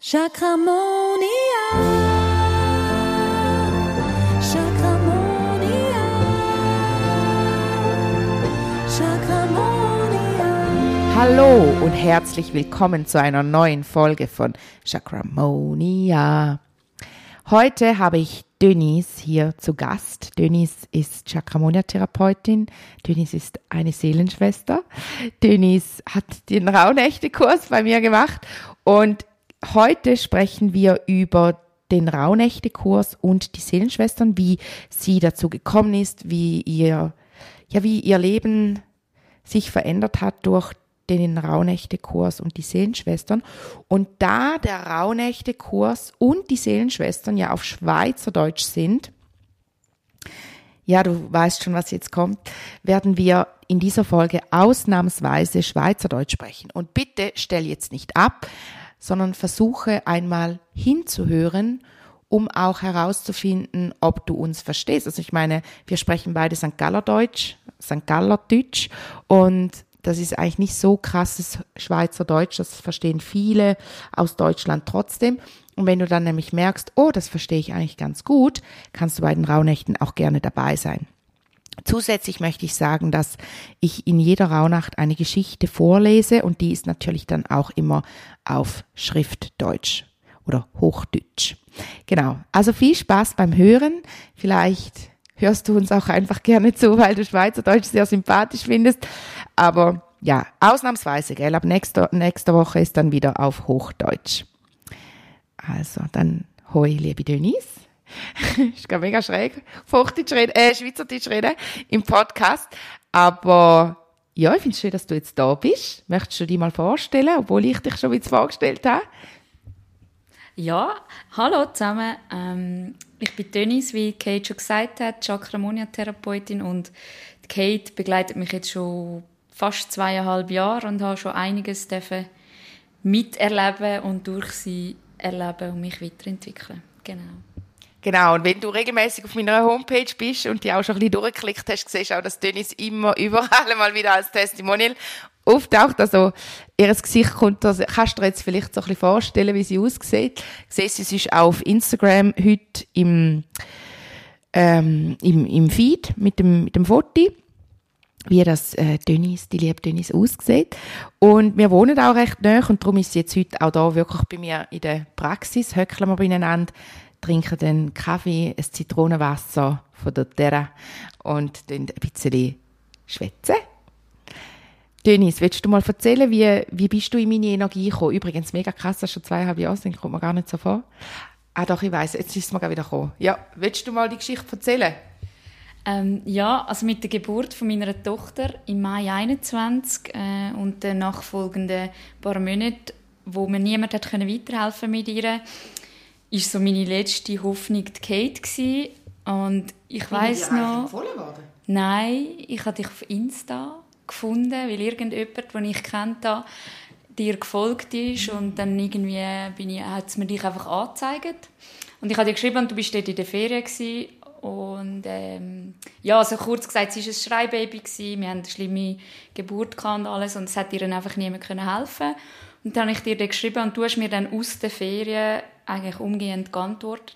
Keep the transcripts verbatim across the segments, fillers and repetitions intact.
Chakramonia, Chakramonia, Chakramonia. Hallo und herzlich willkommen zu einer neuen Folge von Chakramonia. Heute habe ich Denise hier zu Gast. Denise ist Chakramonia-Therapeutin. Denise ist eine Seelenschwester. Denise hat den Rauhnächte-Kurs bei mir gemacht und heute sprechen wir über den Rauhnächte-Kurs und die Seelenschwestern, wie sie dazu gekommen ist, wie ihr, ja, wie ihr Leben sich verändert hat durch den Rauhnächte-Kurs und die Seelenschwestern. Und da der Rauhnächte-Kurs und die Seelenschwestern ja auf Schweizerdeutsch sind, ja, du weißt schon, was jetzt kommt, werden wir in dieser Folge ausnahmsweise Schweizerdeutsch sprechen. Und bitte stell jetzt nicht ab, sondern versuche einmal hinzuhören, um auch herauszufinden, ob du uns verstehst. Also ich meine, wir sprechen beide Sankt Galler Deutsch, Sankt Galler Deutsch, und das ist eigentlich nicht so krasses Schweizerdeutsch, das verstehen viele aus Deutschland trotzdem. Und wenn du dann nämlich merkst, oh, das verstehe ich eigentlich ganz gut, kannst du bei den Rauhnächten auch gerne dabei sein. Zusätzlich möchte ich sagen, dass ich in jeder Rauhnacht eine Geschichte vorlese und die ist natürlich dann auch immer auf Schriftdeutsch oder Hochdeutsch. Genau, also viel Spaß beim Hören. Vielleicht hörst du uns auch einfach gerne zu, weil du Schweizerdeutsch sehr sympathisch findest. Aber ja, ausnahmsweise, gell, ab nächster, nächster Woche ist dann wieder auf Hochdeutsch. Also, dann hoi, liebe Denise. Ich kann mega schräg auf Hochdeutsch reden, äh, Schweizerdeutsch reden im Podcast. Aber ja, ich finde es schön, dass du jetzt da bist. Möchtest du dich mal vorstellen, obwohl ich dich schon wieder vorgestellt habe? Ja, hallo zusammen. Ähm, ich bin Denise, wie Kate schon gesagt hat, Chakramonia-Therapeutin, und Kate begleitet mich jetzt schon fast zweieinhalb Jahre und habe schon einiges dürfen miterleben und durch sie erleben und mich weiterentwickeln. Genau. Genau, und wenn du regelmäßig auf meiner Homepage bist und die auch schon ein bisschen durchgeklickt hast, siehst du auch, dass Denise immer überall mal wieder als Testimonial auftaucht. Also, ihr Gesicht kommt, also kannst du dir jetzt vielleicht so ein bisschen vorstellen, wie sie aussieht. Du siehst, sie ist auch auf Instagram heute im, ähm, im, im Feed mit dem, mit dem Foto, wie das äh, Denise, die liebe Denise aussieht. Und wir wohnen auch recht nahe und darum ist sie jetzt heute auch da wirklich bei mir in der Praxis, höckeln wir beieinander, trinken den Kaffee, ein Zitronenwasser von der Terra und dann ein bisschen schwätzen. Denise, willst du mal erzählen, wie, wie bist du in meine Energie gekommen? Übrigens, mega krass, dass schon zweieinhalb Jahre sind, kommt mir gar nicht so vor. Ah doch, ich weiss, jetzt ist es mir gerade wieder gekommen. Ja, willst du mal die Geschichte erzählen? Ähm, ja, also mit der Geburt von meiner Tochter im Mai einundzwanzig äh, und den nachfolgenden paar Monaten, wo mir niemand hat können weiterhelfen mit ihr, ist so meine letzte Hoffnung die Kate gewesen. Und ich weiss noch... empfohlen worden? Nein, ich habe dich auf Insta gefunden, weil irgendjemand, den ich kennt habe, dir gefolgt ist, mhm. und dann irgendwie bin ich, hat es mir dich einfach angezeigt. Und ich habe dir geschrieben, und du bist dort in der Ferien gewesen. Und ähm, ja, also kurz gesagt, sie war ein Schreibaby gewesen. Wir hatten eine schlimme Geburt und alles, und es hat ihr einfach niemand helfen. Und dann habe ich dir dann geschrieben, und du hast mir dann aus der Ferien eigentlich umgehend geantwortet,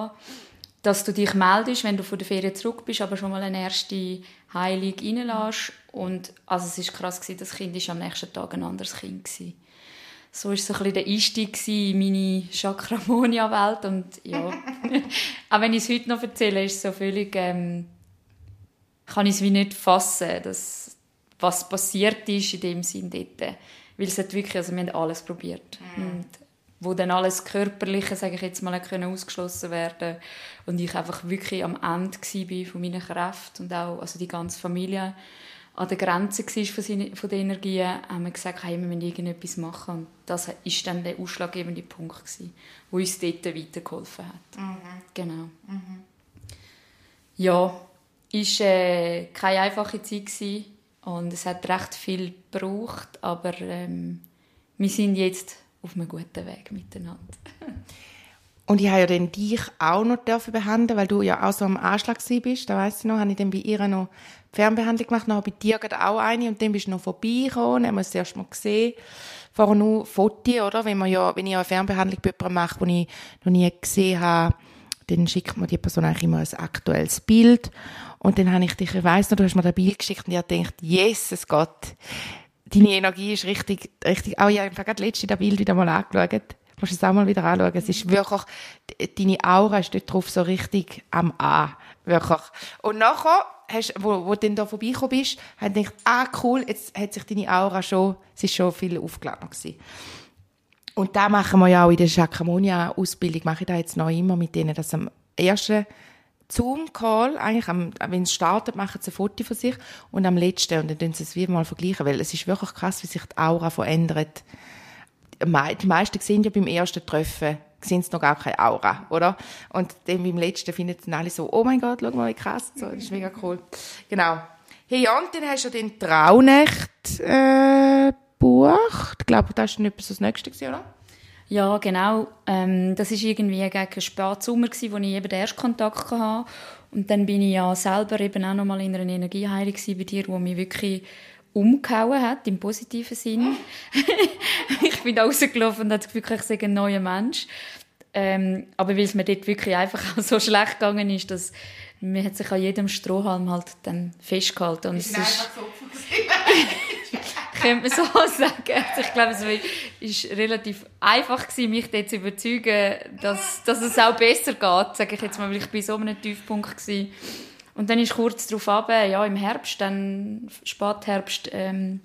dass du dich meldest, wenn du von der Ferien zurück bist, aber schon mal eine erste Heilung reinlässt. Und also es war krass, das Kind war am nächsten Tag ein anderes Kind gewesen. So war so ein bisschen der Einstieg in meine Chakramonia-Welt. Und ja, auch wenn ich es heute noch erzähle, ist es so völlig, ähm, kann ich es wie nicht fassen, dass, was passiert ist in dem Sinn dort. Weil es hat wirklich, also wir haben alles probiert. Mhm. Und wo dann alles Körperliche, sage ich jetzt mal, können ausgeschlossen werden und ich einfach wirklich am Ende war von meiner Kraft und auch also die ganze Familie an der Grenze war von der Energie, haben wir gesagt, hey, wir müssen irgendetwas machen. Und das war dann der ausschlaggebende Punkt, der uns dort weitergeholfen hat. Mhm. Genau. Mhm. Ja, es war äh, keine einfache Zeit gewesen und es hat recht viel gebraucht, aber ähm, wir sind jetzt auf einem guten Weg miteinander. Und ich habe ja dann dich auch noch dürfen behandeln, weil du ja auch so am Anschlag bist. Da weiss ich noch, habe ich dann bei ihr noch die Fernbehandlung gemacht, noch bei dir auch eine und dann bist du noch vorbeigekommen, dann haben wir es erst mal gesehen. Vorher nur Fotos, oder? Wenn, man ja, wenn ich ja eine Fernbehandlung bei jemandem mache, die ich noch nie gesehen habe, dann schickt mir die Person eigentlich immer ein aktuelles Bild. Und dann habe ich dich, ich weiss noch, du hast mir das Bild geschickt und ich habe gedacht, Jesus Gott, deine Energie ist richtig, richtig, auch oh, ja, ich habe gerade letztens das Bild wieder mal angeschaut. Du musst es auch mal wieder anschauen. Es ist wirklich, deine Aura ist dort drauf so richtig am A. Wirklich. Und nachher, hast, wo, wo du dann da vorbeigekommen bist, habe ich gedacht, ah, cool, jetzt hat sich deine Aura schon, es ist schon viel aufgeladen gewesen. Und da machen wir ja auch in der Chakramonia-Ausbildung, mache ich da jetzt noch immer mit denen, dass am ersten Zoom-Call, eigentlich, am, wenn es startet, machen sie ein Foto von sich und am letzten, und dann tun sie es wieder mal vergleichen, weil es ist wirklich krass, wie sich die Aura verändert. Die meisten sehen ja beim ersten Treffen, sehen sie noch gar keine Aura, oder? Und dann beim letzten finden sie dann alle so, oh mein Gott, schau mal, wie krass, so, das ist mega cool. Genau. Hey, ja, und dann hast du den Traunächte, äh, gebucht. Ich glaube, das war nicht das Nächste, oder? Ja, genau. Ähm, das war irgendwie gegen Spätsommer, wo ich eben den Erstkontakt hatte. Und dann bin ich ja selber eben auch noch mal in einer Energieheilung bei dir, die mich wirklich umgehauen hat, im positiven Sinn. Ich bin da rausgelaufen und hatte das Gefühl, ich sei ein neuer Mensch. Ähm, aber weil es mir dort wirklich einfach auch so schlecht gegangen ist, dass man hat sich an jedem Strohhalm halt dann festgehalten. Und es ist einfach so könnte man so sagen. Also ich glaube, es war relativ einfach gewesen, mich dort zu überzeugen, dass, dass es auch besser geht, sage ich jetzt mal, weil ich bei so einem Tiefpunkt war. Und dann ist kurz darauf ab, ja, im Herbst, dann Spätherbst, ähm,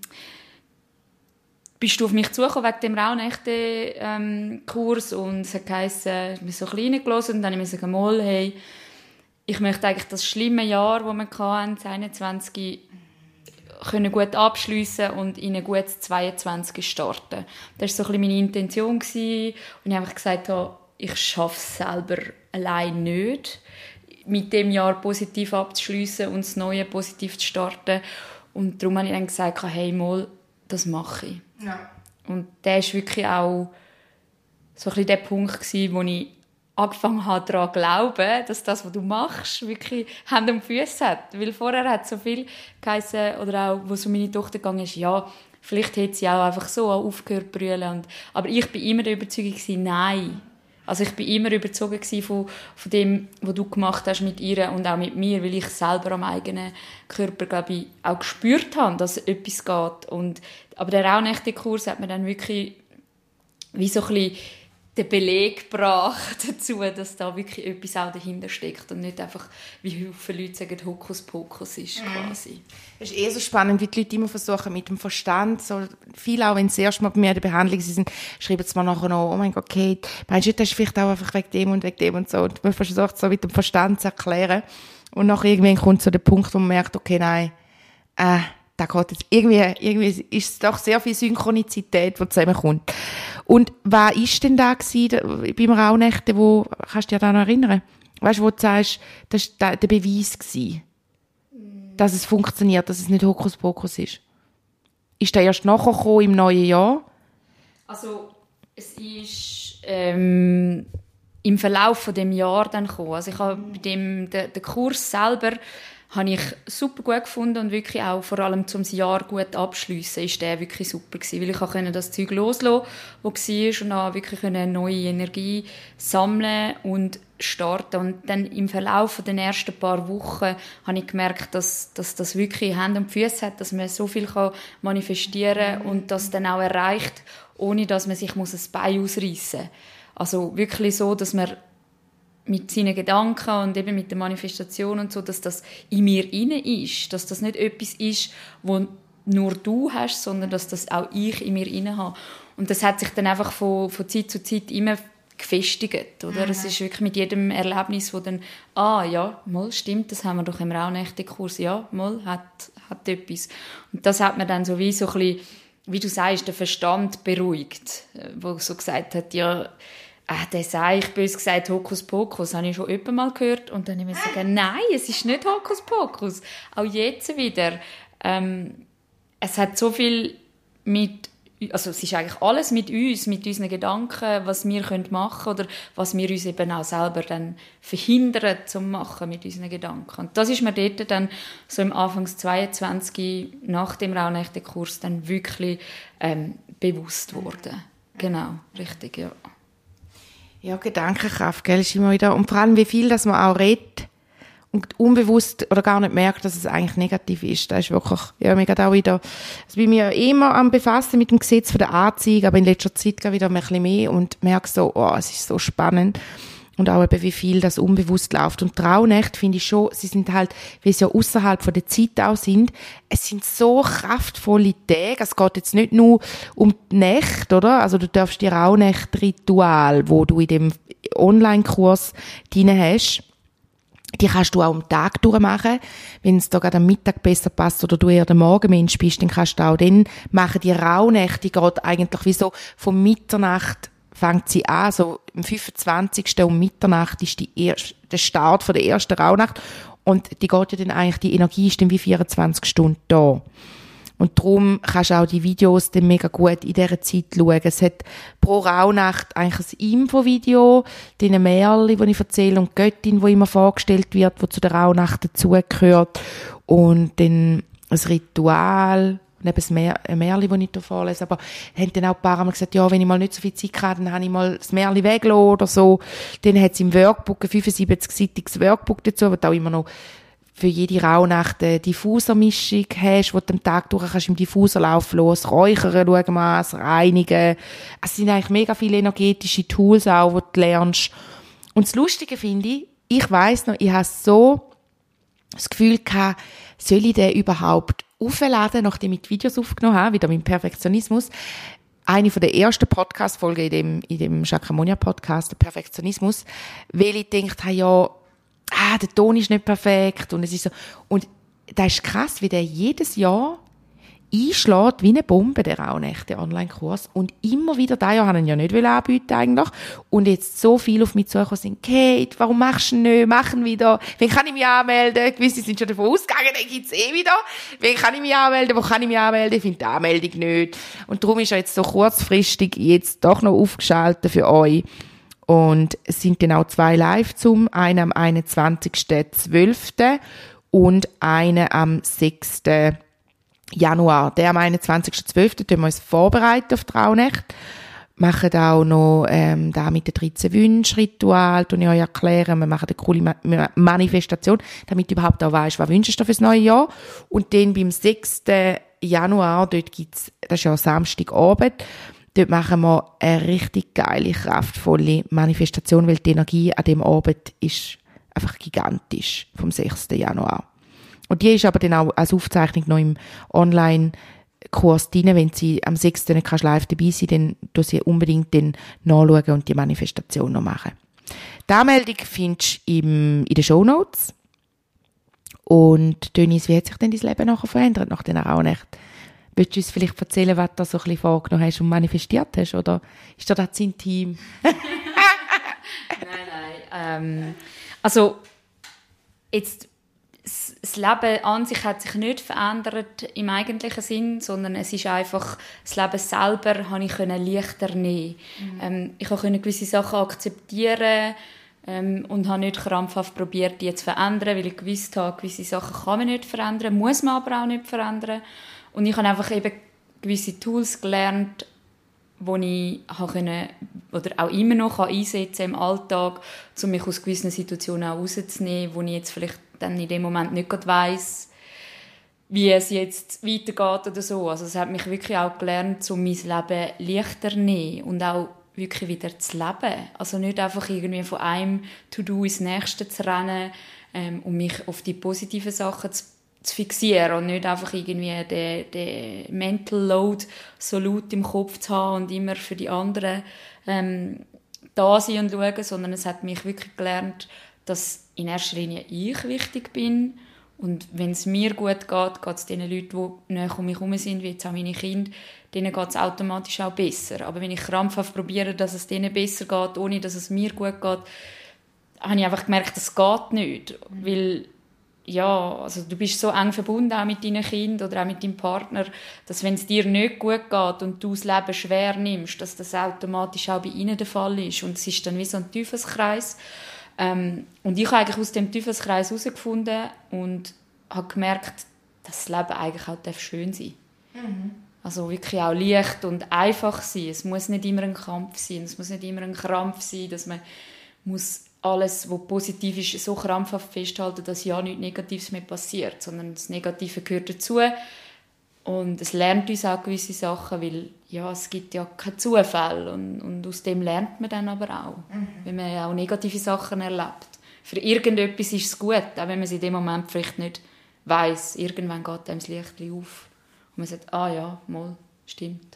bist du auf mich zugekommen wegen dem Rauhnächte-Kurs ähm, und es hat geheißen, ich bin so klein gelassen und dann habe ich mir gesagt, mal, hey, ich möchte eigentlich das schlimme Jahr, das wir hatten, zwanzig einundzwanzig, können gut abschliessen und in ein gutes zweiundzwanzig starten. Das war so ein bisschen meine Intention gewesen. Und ich habe einfach gesagt, ich schaffe es selber allein nicht, mit dem Jahr positiv abzuschliessen und das Neue positiv zu starten. Und darum habe ich dann gesagt, hey, mal, das mache ich. Ja. Und das war wirklich auch so ein bisschen der Punkt gewesen, wo ich angefangen habe, daran zu glauben, dass das, was du machst, wirklich Hände und Füße hat. Weil vorher hat so viel geheißen, oder auch, wo so meine Tochter gegangen ist, ja, vielleicht hätte sie auch einfach so aufgehört zu brüllen. Und, aber ich war immer der Überzeugung, nein. Also ich war immer überzeugt von, von dem, was du gemacht hast mit ihr und auch mit mir, weil ich selber am eigenen Körper, glaube ich, auch gespürt habe, dass etwas geht. Und, aber der Rauhnächte-Kurs hat mir dann wirklich wie so ein bisschen den Beleg gebracht dazu, dass da wirklich etwas auch dahinter steckt und nicht einfach, wie viele Leute sagen, Hokuspokus ist quasi. Es ist eh so spannend, wie die Leute immer versuchen, mit dem Verstand, so viel auch, wenn sie erst mal bei mir in der Behandlung sind, schreiben sie mir nachher noch, oh mein Gott, Kate, meinst du, das ist vielleicht auch einfach wegen dem und wegen dem und so. Und man versucht so mit dem Verstand zu erklären. Und nachher irgendwann kommt so der Punkt, wo man merkt, okay, nein, äh, da geht jetzt irgendwie, irgendwie ist es doch sehr viel Synchronizität, die zusammenkommt. Und was war denn da gewesen, beim Rauhnächte, wo, kannst du dich daran erinnern? Weißt du, wo du sagst, das war der Beweis gewesen, mm. dass es funktioniert, dass es nicht Hokuspokus ist? Ist der erst nachher gekommen, im neuen Jahr? Also, es ist, ähm, im Verlauf von dem Jahr dann gekommen. Also ich habe bei dem, der, der Kurs selber, habe ich super gut gefunden und wirklich auch vor allem zum Jahr gut abschliessen, ist der wirklich super gewesen, weil ich konnte das Zeug loslassen, was war, und dann wirklich eine neue Energie sammeln und starten. Und dann im Verlauf der ersten paar Wochen habe ich gemerkt, dass, dass das wirklich Hände und Füße hat, dass man so viel manifestieren kann und das dann auch erreicht, ohne dass man sich ein Bein ausreissen muss. Also wirklich so, dass man mit seinen Gedanken und eben mit der Manifestation und so, dass das in mir inne ist, dass das nicht etwas ist, wo nur du hast, sondern dass das auch ich in mir inne habe. Und das hat sich dann einfach von, von Zeit zu Zeit immer gefestigt, oder? Es mhm. ist wirklich mit jedem Erlebnis, wo dann, ah ja, mal stimmt, das haben wir doch im Rauhnächte-Kurs, ja, mal hat, hat etwas. Und das hat mir dann so wie so ein bisschen, wie du sagst, den Verstand beruhigt, wo so gesagt hat, ja, ah, der sei ich bös gesagt Hokuspokus, habe ich schon öppe mal gehört. Und dann habe ich mir gesagt, nein, es ist nicht Hokuspokus. Auch jetzt wieder. Ähm, es hat so viel mit also es ist eigentlich alles mit uns, mit unseren Gedanken, was wir machen können oder was wir uns eben auch selber dann verhindern zum Machen mit unseren Gedanken. Und das ist mir dort dann so im Anfangs zweiundzwanzig nach dem Rauhnächte-Kurs dann wirklich ähm, bewusst worden. Genau, richtig, ja. Ja, Gedankenkraft, gell, ist immer wieder, und vor allem wie viel, dass man auch redet und unbewusst oder gar nicht merkt, dass es eigentlich negativ ist. Das ist wirklich, ja, mir geht auch wieder, also bin mir immer am befassen mit dem Gesetz von der Anziehung, aber in letzter Zeit geht wieder ein bisschen mehr und merke so, oh, es ist so spannend. Und auch eben, wie viel das unbewusst läuft. Und Rauhnächte finde ich schon, sie sind halt, wie sie ja außerhalb von der Zeit auch sind, es sind so kraftvolle Tage. Es geht jetzt nicht nur um die Nächte, oder? Also du darfst die Rauhnächte-Ritual, wo du in dem Online-Kurs drin hast, die kannst du auch am Tag durchmachen. Wenn es da gerade am Mittag besser passt oder du eher der Morgenmensch bist, dann kannst du auch dann machen. Die Rauhnächte, die geht eigentlich wie so von Mitternacht fängt sie an, so am fünfundzwanzigsten um Mitternacht ist die erste, der Start von der ersten Rauhnacht und die geht ja dann eigentlich, die Energie ist dann wie vierundzwanzig Stunden da. Und darum kannst du auch die Videos dann mega gut in dieser Zeit schauen. Es hat pro Rauhnacht eigentlich ein Infovideo, dann ein Märchen, das ich erzähle, und die Göttin, die immer vorgestellt wird, die zu der Rauhnacht dazugehört, und dann ein Ritual, neben ein Märchen, das ich hier vorlese, aber haben dann auch ein paar Mal gesagt, ja, wenn ich mal nicht so viel Zeit habe, dann habe ich mal das Märchen weggelassen oder so. Dann hat es im Workbook ein fünfundsiebzig-seitiges Workbook dazu, wo du auch immer noch für jede Rauhnacht eine Diffusermischung hast, wo du am Tag durch kannst im Diffuser laufen lassen, das Räuchern schauen wir an, das Reinigen. Es sind eigentlich mega viele energetische Tools auch, die du lernst. Und das Lustige finde ich, ich weiss noch, ich habe so das Gefühl gehabt, soll ich den überhaupt aufladen, nachdem ich die Videos aufgenommen habe, wieder mit Perfektionismus. Eine von der ersten Podcast-Folgen in dem, in dem Chakramonia-Podcast, der Perfektionismus, weil ich gedacht habe, ja, ah, der Ton ist nicht perfekt, und es ist so, und das ist krass, wie der jedes Jahr einschlägt wie eine Bombe, der Rauhnächte Online-Kurs, und immer wieder, da Jahr habe ich ihn ja nicht anbieten eigentlich, und jetzt so viel auf mich zugekommen sind, Kate, warum machst du nicht, machen wieder, wen kann ich mich anmelden, gewisse sind schon davon ausgegangen, dann gibt's eh wieder, wen kann ich mich anmelden, wo kann ich mich anmelden, ich finde die Anmeldung nicht, und darum ist er jetzt so kurzfristig jetzt doch noch aufgeschaltet für euch. Und es sind dann auch zwei Live-Zoom, einer am einundzwanzigsten zwölften und einer am sechsten Januar. Der am einundzwanzigsten zwölften tun wir uns vorbereiten auf die Rauhnächte. Machen auch noch ähm, da mit den dreizehn Wünschen-Ritual, tun ich euch erklären. Wir machen eine coole Ma- Manifestation, damit du überhaupt auch weißt, was wünschst du fürs neue Jahr. Und dann beim sechsten Januar, dort gibt's, das ist ja Samstagabend, dort machen wir eine richtig geile, kraftvolle Manifestation, weil die Energie an dem Abend ist einfach gigantisch, vom sechsten Januar. Und die ist aber dann auch als Aufzeichnung noch im Online-Kurs drin. Wenn sie am sechsten nicht kannst live dabei sein, dann tun sie unbedingt dann nachschauen und die Manifestation noch machen. Die Anmeldung findest du im, in den Shownotes. Und Denise, wie hat sich denn dein Leben nachher verändert nach den Rauhnächten? Willst du uns vielleicht erzählen, was du so ein bisschen vorgenommen hast und manifestiert hast? Oder ist dir das intim? Nein, nein. Ähm, also, jetzt, das Leben an sich hat sich nicht verändert im eigentlichen Sinn, sondern es ist einfach, das Leben selber habe ich leichter nehmen. Mhm. Ähm, ich konnte gewisse Sachen akzeptieren ähm, und habe nicht krampfhaft probiert, die zu verändern, weil ich gewusst habe, gewisse Sachen kann man nicht verändern, muss man aber auch nicht verändern. Und ich habe einfach eben gewisse Tools gelernt, die ich können, oder auch immer noch einsetzen im Alltag, um mich aus gewissen Situationen auch rauszunehmen, wo ich jetzt vielleicht dann in dem Moment nicht gerade weiss, wie es jetzt weitergeht oder so. Also es hat mich wirklich auch gelernt, um mein Leben leichter zu nehmen und auch wirklich wieder zu leben. Also nicht einfach irgendwie von einem To-Do ins nächste zu rennen ähm, und mich auf die positiven Sachen zu zu fixieren und nicht einfach irgendwie den, den Mental Load so laut im Kopf zu haben und immer für die anderen ähm, da sein und schauen, sondern es hat mich wirklich gelernt, dass in erster Linie ich wichtig bin und wenn es mir gut geht, geht es den Leuten, die näher um mich herum sind, wie jetzt auch meine Kinder, denen geht es automatisch auch besser. Aber wenn ich krampfhaft probiere, dass es denen besser geht, ohne dass es mir gut geht, habe ich einfach gemerkt, das geht nicht, weil ja, also du bist so eng verbunden auch mit deinen Kindern oder auch mit deinem Partner, dass wenn es dir nicht gut geht und du das Leben schwer nimmst, dass das automatisch auch bei ihnen der Fall ist. Und es ist dann wie so ein Teufelskreis. Ähm, und ich habe eigentlich aus dem Teufelskreis herausgefunden und habe gemerkt, dass das Leben eigentlich auch schön sein darf. Mhm. Also wirklich auch leicht und einfach sein. Es muss nicht immer ein Kampf sein, es muss nicht immer ein Krampf sein, dass man muss alles, was positiv ist, so krampfhaft festhalten, dass ja nichts Negatives mehr passiert, sondern das Negative gehört dazu. Und es lernt uns auch gewisse Sachen, weil ja, es gibt ja keinen Zufall und, und aus dem lernt man dann aber auch, mhm. wenn man auch negative Sachen erlebt. Für irgendetwas ist es gut, auch wenn man es in dem Moment vielleicht nicht weiss. Irgendwann geht einem das Licht auf und man sagt, ah ja, mal, stimmt.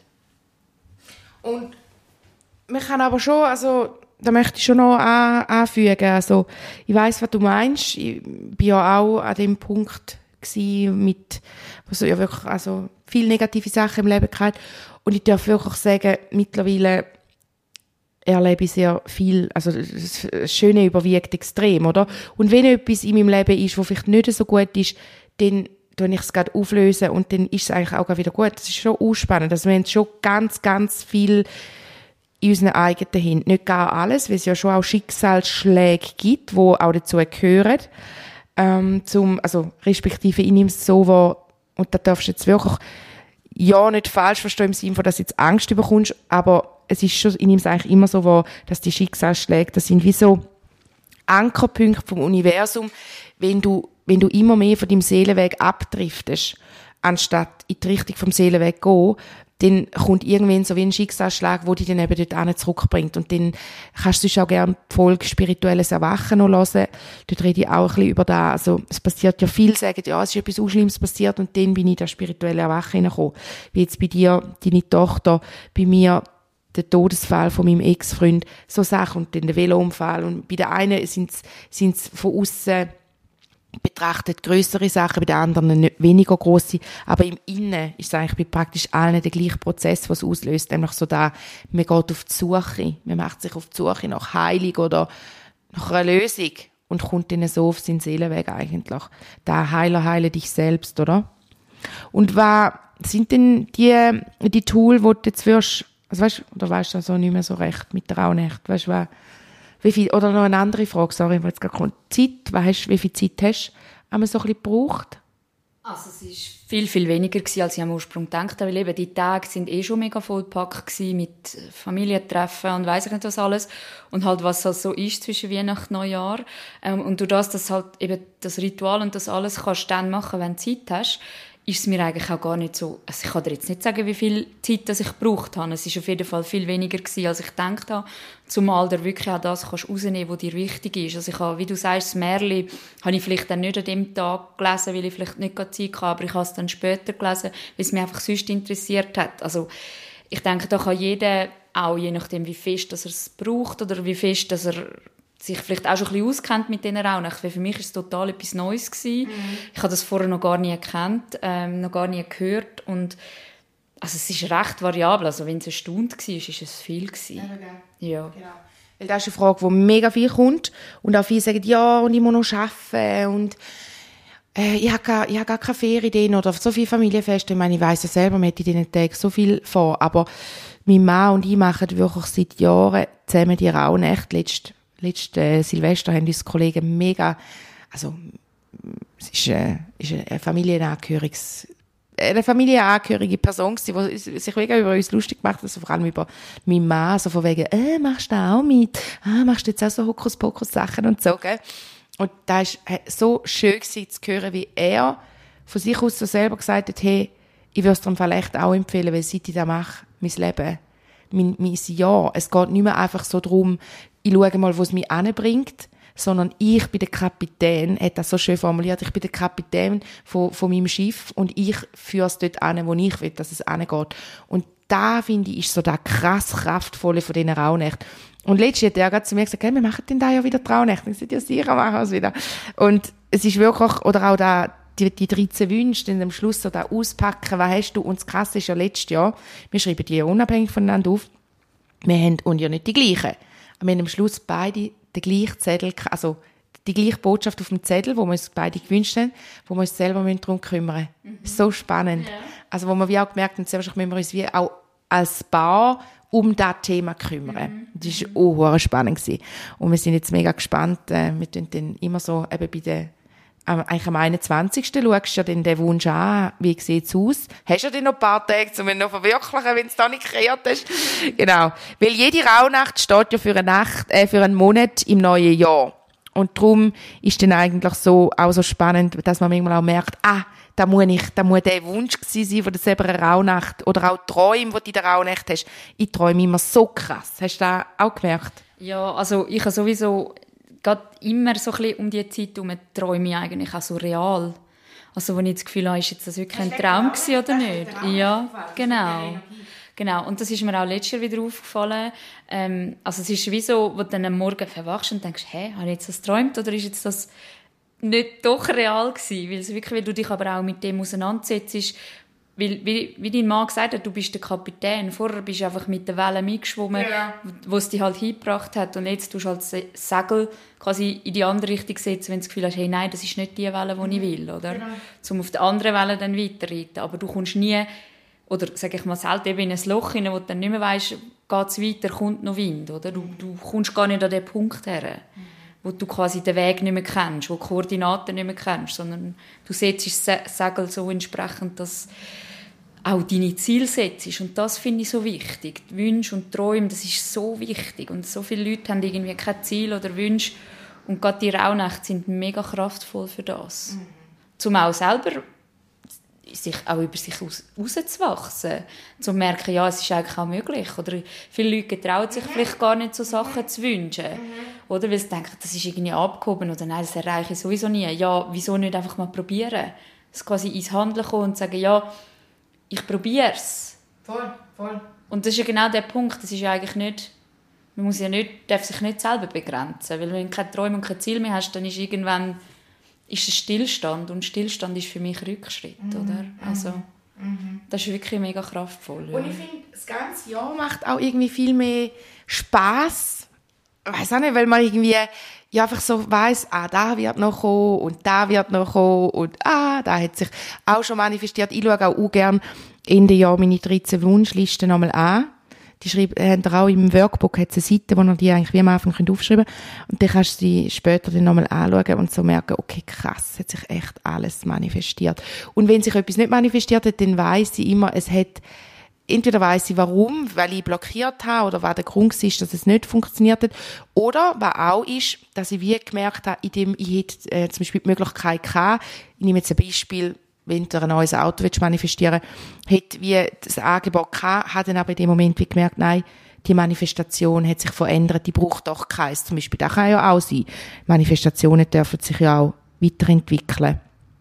Und man kann aber schon, also da möchte ich schon noch an, anfügen. Also, ich weiss, was du meinst. Ich war ja auch an dem Punkt gewesen, mit, wo ja wirklich, also, viele negative Sachen im Leben gehabt. Und ich darf wirklich sagen, mittlerweile erlebe ich sehr viel, also, das Schöne überwiegt extrem, oder? Und wenn etwas in meinem Leben ist, wo vielleicht nicht so gut ist, dann tue ich es gerade auflösen und dann ist es eigentlich auch wieder gut. Das ist schon spannend. Also, wir haben schon ganz, ganz viel in unseren eigenen Händen. Nicht gar alles, weil es ja schon auch Schicksalsschläge gibt, die auch dazu gehören. Ähm, zum, also, respektive, ich nehme es so wahr, und da darfst du jetzt wirklich, ja, nicht falsch verstehen im Sinne von, dass du jetzt Angst bekommst, aber es ist schon, ich nehme es eigentlich immer so wahr, dass die Schicksalsschläge, das sind wie so Ankerpunkte vom Universum, wenn du, wenn du immer mehr von deinem Seelenweg abdriftest, anstatt in die Richtung vom Seelenweg gehen, dann kommt irgendwann so wie ein Schicksalsschlag, der dich dann eben dort zurückbringt. Und dann kannst du sonst auch gerne die Folge Spirituelles Erwachen noch hören. Dort rede ich auch ein bisschen über das. Also, es passiert ja viel, sagen, ja, es ist etwas Unschlimmes passiert und dann bin ich in das spirituelle Erwachen hineingekommen. Wie jetzt bei dir, deine Tochter, bei mir der Todesfall von meinem Ex-Freund, so Sachen und dann der Velounfall. Und bei der einen sind es von außen betrachtet grössere Sachen, bei den anderen nicht weniger grosse, aber im Innen ist es eigentlich bei praktisch allen der gleiche Prozess, was es auslöst, nämlich so da, man geht auf die Suche, man macht sich auf die Suche nach Heilung oder nach einer Lösung und kommt dann so auf seinen Seelenweg eigentlich. Da Heiler, heile dich selbst, oder? Und was sind denn die, die Tools, die du jetzt wirst, also weißt, oder weißt du also nicht mehr so recht mit der Rauhnacht, weißt du, wie viel, oder noch eine andere Frage, sorry, weil jetzt gerade kommt. Zeit, weißt, wie viel Zeit hast du einmal so ein bisschen gebraucht? Also es war viel, viel weniger, als ich am Ursprung gedacht habe, weil eben die Tage sind eh schon mega vollgepackt mit Familientreffen und weiss ich nicht was alles. Und halt, was halt so ist zwischen Weihnachten und Neujahr. Ähm, und durch das, dass halt eben das Ritual und das alles kannst du dann machen, wenn du Zeit hast, ist es mir eigentlich auch gar nicht so, also ich kann dir jetzt nicht sagen, wie viel Zeit das ich gebraucht habe. Es war auf jeden Fall viel weniger gewesen, als ich gedacht habe. Zumal du wirklich auch das kannst rausnehmen, was dir wichtig ist. Also ich habe, wie du sagst, das Märchen habe ich vielleicht dann nicht an dem Tag gelesen, weil ich vielleicht nicht gerade Zeit hatte, aber ich habe es dann später gelesen, weil es mich einfach sonst interessiert hat. Also ich denke, da kann jeder, auch je nachdem, wie fest dass er es braucht oder wie fest dass er sich vielleicht auch schon ein bisschen auskennt mit diesen Rauhnachten. Weil für mich war es total etwas Neues gewesen. Mhm. Ich habe das vorher noch gar nie gekannt, ähm, noch gar nie gehört. Und also es ist recht variabel. Also wenn es eine Stunde war, ist es viel gewesen. Ja, ja. Genau. Weil das ist eine Frage, die mega viel kommt. Und auch viele sagen, ja, und ich muss noch arbeiten. Und äh, ich habe gar, ich habe gar keine Ferien oder so viele Familienfeste. Ich meine, ich weiss ja selber, man hat in diesen Tagen so viel vor. Aber mein Mann und ich machen wirklich seit Jahren zusammen die Rauhnächte. Letzt Letztes äh, Silvester haben uns Kollegen mega, also es ist, äh, ist eine Familienangehöriges, eine familienangehörige Person gewesen, die sich mega über uns lustig gemacht hat, also vor allem über meinen Mann, so von wegen, äh, machst du da auch mit? Ah, machst du jetzt auch so Hokuspokus-Sachen und so, gell? Und da ist so schön gewesen, zu hören, wie er von sich aus so selber gesagt hat, hey, ich würde es dir im Fall echt auch empfehlen, weil seit ich das mache, mein Leben, mein, mein Jahr, es geht nicht mehr einfach so darum, ich schaue mal, wo es mich anbringt, sondern ich bin der Kapitän, er hat das so schön formuliert, ich bin der Kapitän von, von meinem Schiff und ich führe es dort an, wo ich will, dass es angeht. Und da, finde ich, ist so der krass Kraftvolle von diesen Rauhnächten. Und letztens hat er gerade zu mir gesagt, hey, wir machen denn da ja wieder die Rauhnächte. Ich sagte, ja sicher, machen wir es wieder. Und es ist wirklich, oder auch da, die, die dreizehn Wünsche, dann am Schluss so da auspacken, was hast du? Und das Krasse ist ja letztes Jahr, wir schreiben die ja unabhängig voneinander auf, wir haben und ja nicht die gleichen. Wir haben am Schluss beide den gleichen Zettel, also die gleiche Botschaft auf dem Zettel, wo wir uns beide gewünscht haben, wo wir uns selber darum kümmern müssen. Mhm. So spannend. Ja. Also wo wir wie auch gemerkt haben, zuerst müssen wir uns wie auch als Paar um das Thema kümmern. Mhm. Das war auch spannend gewesen. Und wir sind jetzt mega gespannt. Äh, wir tun dann immer so eben bei der eigentlich am einundzwanzigsten schaust du ja dann den Wunsch an, wie sieht es aus? Hast du ja dann noch ein paar Tage, um ihn noch verwirklichen, wenn du es da nicht kreiert hast? Genau. Weil jede Rauhnacht steht ja für eine Nacht, äh, für einen Monat im neuen Jahr. Und darum ist dann eigentlich so, auch so spannend, dass man manchmal auch merkt, ah, da muss ich, da muss der Wunsch gewesen sein von der selben Rauhnacht. Oder auch Träume, die du in der Rauhnacht hast. Ich träume immer so krass. Hast du das auch gemerkt? Ja, also ich habe sowieso gerade immer so ein bisschen um die Zeit herum träume ich eigentlich auch so real. Also wo ich das Gefühl habe, ist jetzt das wirklich ein Traum gewesen oder nicht? Ja, genau. Genau. Und das ist mir auch letztes Jahr wieder aufgefallen. Ähm, also es ist wie so, wo du dann am Morgen verwachst und denkst, hä, habe ich jetzt das geträumt oder ist jetzt das nicht doch real gewesen? Weil, es wirklich, weil du dich aber auch mit dem auseinandersetzt. Weil, wie, wie dein Mann gesagt hat, du bist der Kapitän. Vorher bist du einfach mit der Welle mitgeschwommen, ja. wo es dich halt hingebracht hat. Und jetzt tust du halt das Segel quasi in die andere Richtung setzen, wenn du das Gefühl hast, hey, nein, das ist nicht die Welle, die ich will. Oder? Genau. Um auf die andere Welle dann weiterreiten. Aber du kommst nie, oder sage ich mal, selten eben in ein Loch hinein, wo du dann nicht mehr weisst, geht es weiter, kommt noch Wind. Oder? Du, du kommst gar nicht an den Punkt her, mhm. wo du quasi den Weg nicht mehr kennst, wo du die Koordinaten nicht mehr kennst, sondern du setzt das Segel so entsprechend, dass auch deine Ziele setzt. Und das finde ich so wichtig. Die Wünsche und Träume, das ist so wichtig. Und so viele Leute haben irgendwie kein Ziel oder Wünsche. Und gerade die Rauhnächte sind mega kraftvoll für das. Mhm. Zum auch selber sich auch über sich rauszuwachsen. Zu merken, ja, es ist eigentlich auch möglich. Oder viele Leute trauen sich mhm. vielleicht gar nicht, so Sachen mhm. zu wünschen. Mhm. Oder weil sie denken, das ist irgendwie abgehoben. Oder nein, das erreiche ich sowieso nie. Ja, wieso nicht einfach mal probieren? Das quasi ins Handeln kommen und sagen, ja, ich probiere es. Voll, voll. Und das ist ja genau der Punkt. Das ist ja eigentlich nicht, man muss ja nicht, darf sich nicht selber begrenzen. Weil wenn du keine Träume und kein Ziel mehr hast, dann ist irgendwann ist es Stillstand. Und Stillstand ist für mich Rückschritt. Mm, oder? Also, mm, das ist wirklich mega kraftvoll. Ja. Und ich finde, das ganze Jahr macht auch irgendwie viel mehr Spass. Ich weiss auch nicht, weil man irgendwie ja, einfach so weiss, ah, da wird noch kommen und da wird noch kommen und ah, da hat sich auch schon manifestiert. Ich schaue auch, auch gerne Ende Jahr meine dreizehn Wunschlisten nochmal an. Die schreibt, äh, auch im Workbook hat es eine Seite, wo ihr die eigentlich wie am Anfang aufschreiben könnt. Und dann kannst du sie später dann nochmal anschauen und so merken, okay, krass, hat sich echt alles manifestiert. Und wenn sich etwas nicht manifestiert hat, dann weiss ich immer, es hat entweder weiss ich warum, weil ich blockiert habe oder was der Grund ist, dass es nicht funktioniert hat. Oder was auch ist, dass ich wie gemerkt habe, in dem ich hätte äh, zum Beispiel die Möglichkeit gehabt, ich nehme jetzt ein Beispiel, wenn du ein neues Auto willst manifestieren willst, hätte wie das Angebot gehabt, habe dann aber in dem Moment wie gemerkt, nein, die Manifestation hat sich verändert, die braucht doch keins. Zum Beispiel, das kann ja auch sein. Manifestationen dürfen sich ja auch weiterentwickeln.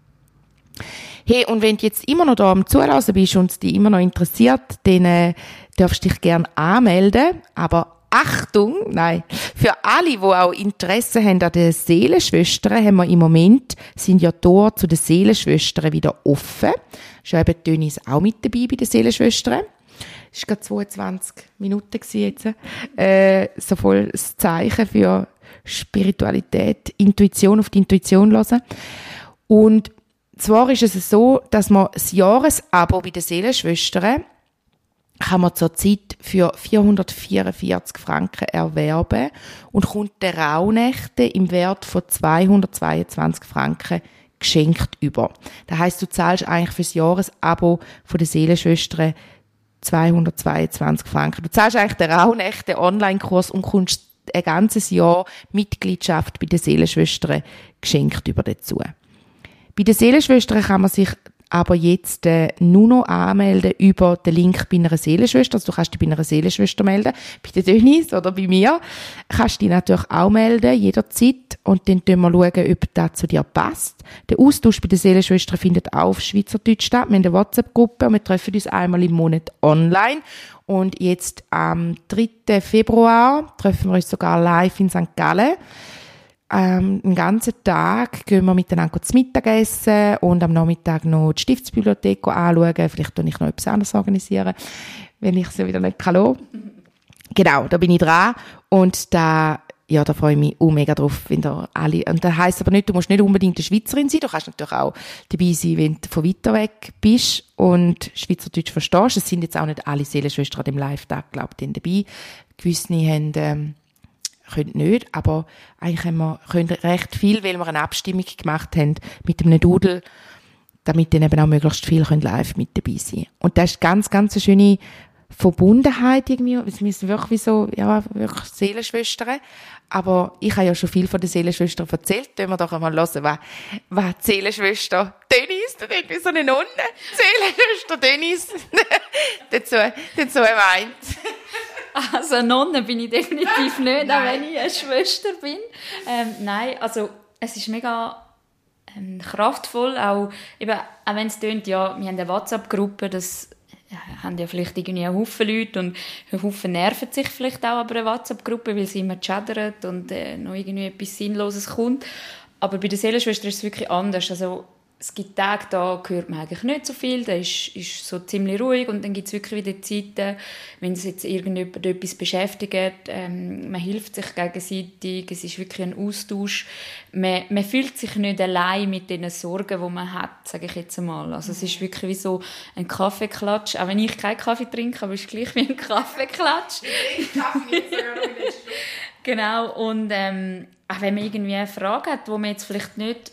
Hey, und wenn du jetzt immer noch da am Zuhören bist und es dich immer noch interessiert, dann äh, darfst du dich gerne anmelden. Aber Achtung, nein, für alle, die auch Interesse haben an den Seelenschwestern, haben wir im Moment, sind ja Tore zu den Seelenschwestern wieder offen. Ist ja eben Dönis auch mit dabei bei den Schwestern. Es war gerade zweiundzwanzig Minuten jetzt. Äh, so voll das Zeichen für Spiritualität, Intuition, auf die Intuition hören. Und zwar ist es so, dass man das Jahresabo bei den Seelenschwestern kann man zurzeit für vierhundertvierundvierzig Franken erwerben und kommt der Rauhnächte im Wert von zweihundertzweiundzwanzig Franken geschenkt über. Das heisst, du zahlst eigentlich für das Jahresabo von den Seelenschwestern zweihundertzweiundzwanzig Franken. Du zahlst eigentlich den Rauhnächte Online-Kurs und kommst ein ganzes Jahr Mitgliedschaft bei den Seelenschwestern geschenkt über dazu. Bei den Seelenschwestern kann man sich aber jetzt äh, nur noch anmelden über den Link bei einer Seelenschwester. Also du kannst dich bei einer Seelenschwester melden, bei der Dönis oder bei mir. Kannst dich natürlich auch melden, jederzeit. Und dann schauen wir, schauen, ob das zu dir passt. Der Austausch bei den Seelenschwestern findet auch auf Schweizerdeutsch statt. Wir haben eine WhatsApp-Gruppe und wir treffen uns einmal im Monat online. Und jetzt am dritten Februar treffen wir uns sogar live in Sankt Gallen. Ähm, den ganzen Tag gehen wir miteinander zu Mittagessen und am Nachmittag noch die Stiftsbibliothek anschauen. Vielleicht tue ich noch etwas anderes organisieren, wenn ich es wieder nicht kann. Genau, da bin ich dran. Und da ja, da freue ich mich auch mega drauf, wenn da alle, und das heisst aber nicht, du musst nicht unbedingt eine Schweizerin sein, du kannst natürlich auch dabei sein, wenn du von weiter weg bist und Schweizerdeutsch verstehst. Es sind jetzt auch nicht alle Seelenschwestern an dem Live-Tag, glaube ich, dabei. Gewisse haben, ähm, können nicht, aber eigentlich haben wir, können recht viel, weil wir eine Abstimmung gemacht haben mit einem Doodle, damit dann eben auch möglichst viele live mit dabei sein können. Und das ist ganz, ganz eine schöne Verbundenheit irgendwie. Wir sind wirklich wie so, ja, wirklich Seelenschwestern. Aber ich habe ja schon viel von den Seelenschwestern erzählt. Wenn wir doch einmal hören, was, was die Seelenschwester Dennis, da denkt wie so eine Nonne, Seelenschwester Dennis, dazu, dazu meint. Also Nonne bin ich definitiv nicht, auch wenn ich eine Schwester bin. Ähm, nein, also es ist mega ähm, kraftvoll, auch, eben, auch wenn es tönt, ja, wir haben eine WhatsApp-Gruppe, das ja, haben ja vielleicht irgendwie einen Haufen Leute und ein Haufen nerven sich vielleicht auch an einer WhatsApp-Gruppe, weil sie immer chattern und äh, noch irgendwie etwas Sinnloses kommt. Aber bei der Seelenschwester ist es wirklich anders. Also, es gibt Tage, da hört man eigentlich nicht so viel, da ist, ist so ziemlich ruhig und dann gibt es wirklich wieder Zeiten, wenn es jetzt irgendjemand etwas beschäftigt, ähm, man hilft sich gegenseitig, es ist wirklich ein Austausch, man, man fühlt sich nicht allein mit den Sorgen, die man hat, sage ich jetzt einmal. Also es ist wirklich wie so ein Kaffeeklatsch, auch wenn ich keinen Kaffee trinke, aber es ist gleich wie ein Kaffeeklatsch. Ich Kaffee nicht so. Genau, und ähm, auch wenn man irgendwie eine Frage hat, wo man jetzt vielleicht nicht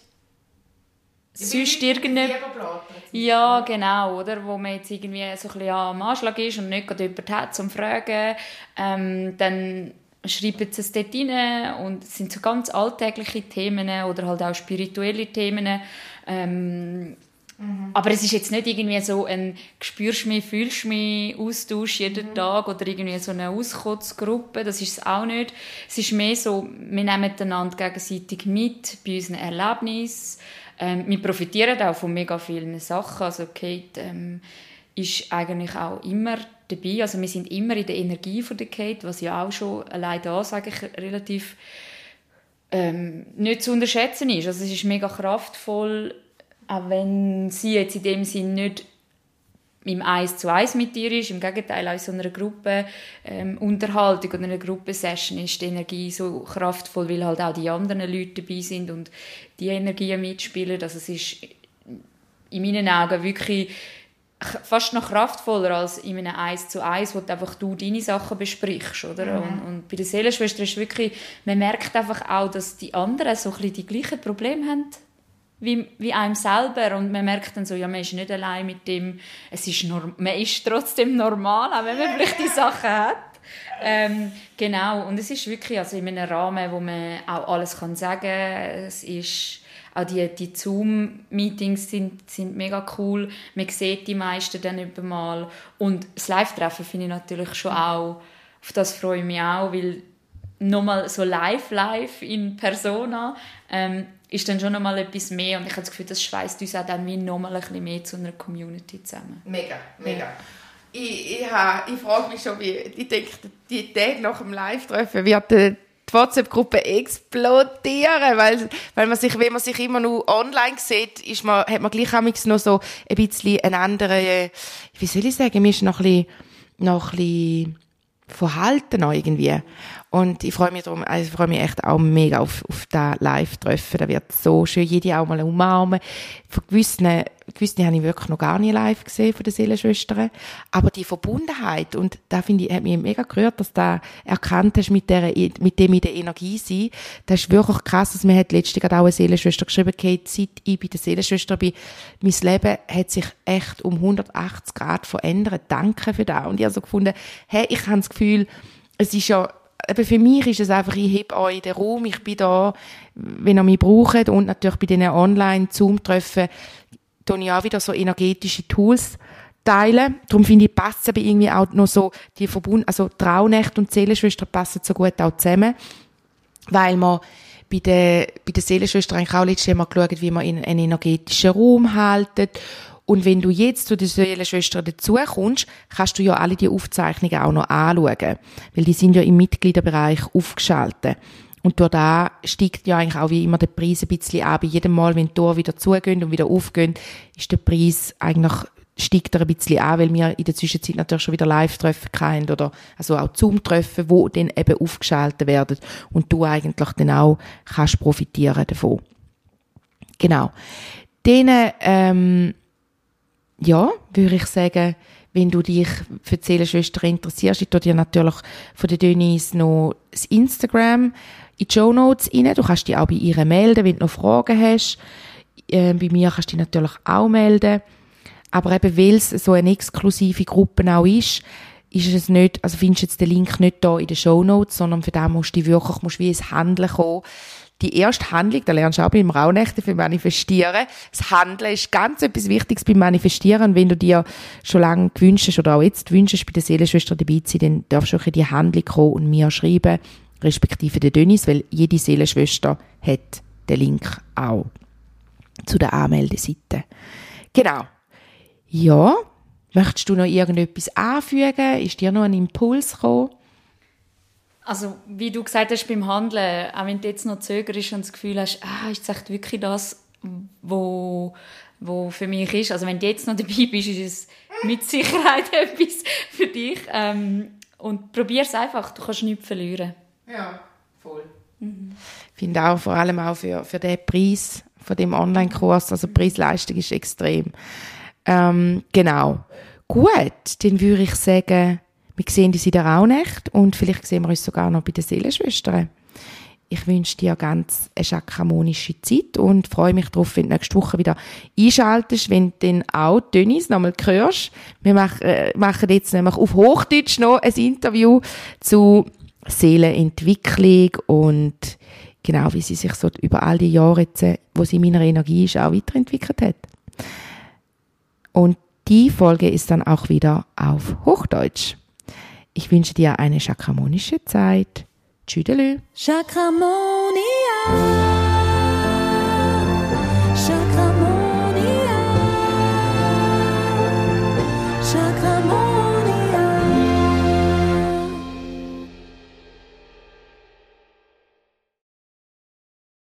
sonst irgendeine... Ja, genau, oder? Wo man jetzt irgendwie so ein bisschen am Anschlag ist und nicht gerade jemanden hat, zum Fragen. Ähm, dann schreiben sie es dort rein und es sind so ganz alltägliche Themen oder halt auch spirituelle Themen. Ähm, mhm. Aber es ist jetzt nicht irgendwie so ein «Spürst mich, fühlst mich» Austausch jeden mhm. Tag oder irgendwie so eine Auskotzgruppe, das ist es auch nicht. Es ist mehr so, wir nehmen einander gegenseitig mit bei unseren Erlebnissen. Ähm, wir profitieren auch von mega vielen Sachen. Also Kate ähm, ist eigentlich auch immer dabei. Also wir sind immer in der Energie von der Kate, was ja auch schon allein da, sage ich, relativ ähm, nicht zu unterschätzen ist. Also es ist mega kraftvoll, auch wenn sie jetzt in dem Sinn nicht im Eins zu Eins mit dir ist. Im Gegenteil, auch in so einer Gruppenunterhaltung ähm, oder einer Gruppensession ist die Energie so kraftvoll, weil halt auch die anderen Leute dabei sind und die Energien mitspielen. Also es ist in meinen Augen wirklich fast noch kraftvoller als in einem Eins zu Eins, wo du einfach du deine Sachen besprichst, oder? Mhm. Und, und bei der Seelenschwester ist wirklich, man merkt einfach auch, dass die anderen so ein bisschen die gleichen Probleme haben wie, wie einem selber und man merkt dann so, ja, man ist nicht allein mit dem, es ist norm- man ist trotzdem normal, auch wenn man vielleicht die Sachen hat. Ähm, genau, und es ist wirklich also in einem Rahmen, wo man auch alles kann sagen kann. Es ist auch die, die Zoom-Meetings sind, sind mega cool. Man sieht die meisten dann über mal. Und das Live-Treffen finde ich natürlich schon auch, auf das freue ich mich auch, weil nochmal so live, live in Persona ähm, ist dann schon nochmal etwas mehr. Und ich habe das Gefühl, das schweißt uns auch dann wie nochmal ein bisschen mehr zu einer Community zusammen. Mega, mega. Ja. Ich, ich, ich frage mich schon, wie, ich denke, die Tage nach dem Live-Treffen wird die WhatsApp-Gruppe explodieren, weil, weil man sich, wenn man sich immer nur online sieht, ist man, hat man gleich noch so ein bisschen eine andere, wie soll ich sagen, man ist noch ein bisschen, noch ein bisschen verhalten irgendwie. Und ich freue mich darum, also ich freue mich echt auch mega auf, auf das Live-Treffen. Da wird so schön, jede auch mal umarmen. Von gewissen, gewissen habe ich wirklich noch gar nicht live gesehen, von den Seelenschwestern. Aber die Verbundenheit, und da finde ich, hat mich mega gerührt, dass du da erkannt hast, mit, der, mit dem in der Energie sein. Das ist wirklich krass, dass mir hat letztens auch eine Seelenschwester geschrieben, Kate, seit ich bei der Seelenschwester bin, mein Leben hat sich echt um hundertachtzig Grad verändert. Danke für das. Und ich habe so gefunden, hey, ich habe das Gefühl, es ist ja, aber für mich ist es einfach, ich heb euch den Raum, ich bin da, wenn ihr mich braucht, und natürlich bei diesen Online-Zoom-Treffen tue ich auch wieder so energetische Tools teilen. Darum finde ich, passt aber irgendwie auch noch so die Verbund, also Traunächte und Seelenschwester passen so gut auch zusammen, weil man bei der, bei der Seelenschwester eigentlich auch letztes Mal geschaut, wie man in einen energetischen Raum haltet. Und wenn du jetzt zu den Seelenschwestern dazukommst, kannst du ja alle die Aufzeichnungen auch noch anschauen. Weil die sind ja im Mitgliederbereich aufgeschaltet. Und durch da steigt ja eigentlich auch wie immer der Preis ein bisschen an. Bei jedem Mal, wenn die Tore wieder zugehen und wieder aufgehen, ist der Preis eigentlich steigt er ein bisschen an, weil wir in der Zwischenzeit natürlich schon wieder Live-Treffen hatten oder also auch Zoom-Treffen, wo dann eben aufgeschaltet werden und du eigentlich dann auch kannst profitieren davon. Genau. Dann, ähm, ja, würde ich sagen, wenn du dich für die Seelenschwester interessierst, ich tue dir natürlich von der Denise noch das Instagram in die Shownotes rein. Du kannst dich auch bei ihr melden, wenn du noch Fragen hast. Äh, bei mir kannst du dich natürlich auch melden. Aber eben, weil es so eine exklusive Gruppe auch ist, ist es nicht, also findest du jetzt den Link nicht da in den Shownotes, sondern für den musst du wirklich, musst wie ins Handeln kommen. Die erste Handlung, da lernst du auch beim Rauhnächte für Manifestieren. Das Handeln ist ganz etwas Wichtiges beim Manifestieren. Und wenn du dir schon lange gewünscht hast oder auch jetzt wünschst, bei der Seelenschwester dabei zu sein, dann darfst du auch in die Handlung kommen und mir schreiben, respektive der Denise, weil jede Seelenschwester hat den Link auch zu der Anmeldeseite. Genau. Ja, möchtest du noch irgendetwas anfügen? Ist dir noch ein Impuls gekommen? Also, wie du gesagt hast, beim Handeln, auch wenn du jetzt noch zögerst und das Gefühl hast, ah, ist das echt wirklich das, wo, wo für mich ist. Also, wenn du jetzt noch dabei bist, ist es mit Sicherheit etwas für dich. Ähm, und probier es einfach, du kannst nichts verlieren. Ja, voll. Mhm. Ich finde auch, vor allem auch für, für den Preis von dem Online-Kurs, also die Preis-Leistung ist extrem. Ähm, genau. Gut, dann würde ich sagen, wir sehen uns in der Rauhnacht und vielleicht sehen wir uns sogar noch bei den Seelenschwestern. Ich wünsche dir ganz eine chakramonische Zeit und freue mich darauf, wenn du nächste Woche wieder einschaltest, wenn du dann auch Denise nochmal hörst. Wir machen, äh, machen jetzt nämlich auf Hochdeutsch noch ein Interview zu Seelenentwicklung und genau, wie sie sich so über all die Jahre, jetzt, wo sie in meiner Energie ist, auch weiterentwickelt hat. Und die Folge ist dann auch wieder auf Hochdeutsch. Ich wünsche dir eine chakramonische Zeit. Tschüdelü. Chakramonia.